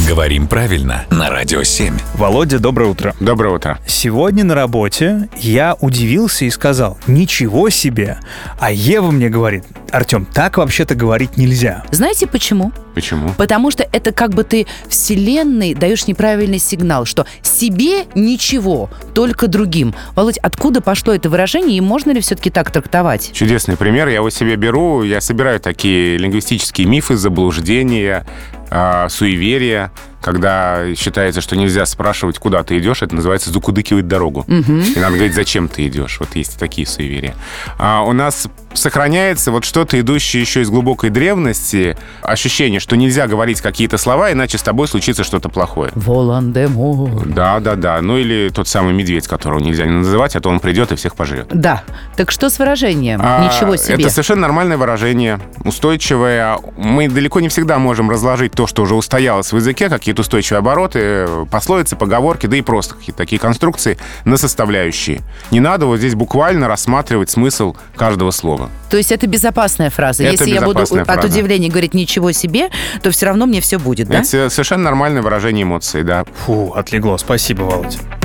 Говорим правильно на Радио 7. Володя, доброе утро. Доброе утро. Сегодня на работе я удивился и сказал: ничего себе. А Ева мне говорит: Артем, так вообще-то говорить нельзя. Знаете почему? Почему? Потому что это как бы ты вселенной даешь неправильный сигнал, что себе ничего, только другим. Володь, откуда пошло это выражение и можно ли все-таки так трактовать? Чудесный пример. Я его себе беру. Я собираю такие лингвистические мифы, заблуждения, суеверия. Когда считается, что нельзя спрашивать, куда ты идешь, это называется закудыкивать дорогу. И надо говорить, зачем ты идешь. Вот есть такие суеверия. У нас сохраняется вот что-то, идущее еще из глубокой древности, ощущение, что нельзя говорить какие-то слова, иначе с тобой случится что-то плохое. Волан-де-Мор. Да. Ну или тот самый медведь, которого нельзя не называть, а то он придет и всех пожрет. Да. Так что с выражением? Ничего себе. Это совершенно нормальное выражение, устойчивое. Мы далеко не всегда можем разложить то, что уже устоялось в языке, какие-то устойчивые обороты, пословицы, поговорки, да и просто какие-то такие конструкции на составляющие. Не надо вот здесь буквально рассматривать смысл каждого слова. То есть это безопасная фраза. Это Если я буду безопасная от фраза. удивления говорить «ничего себе», то все равно мне все будет, да? Это совершенно нормальное выражение эмоций, да. Фу, отлегло. Спасибо, Володя.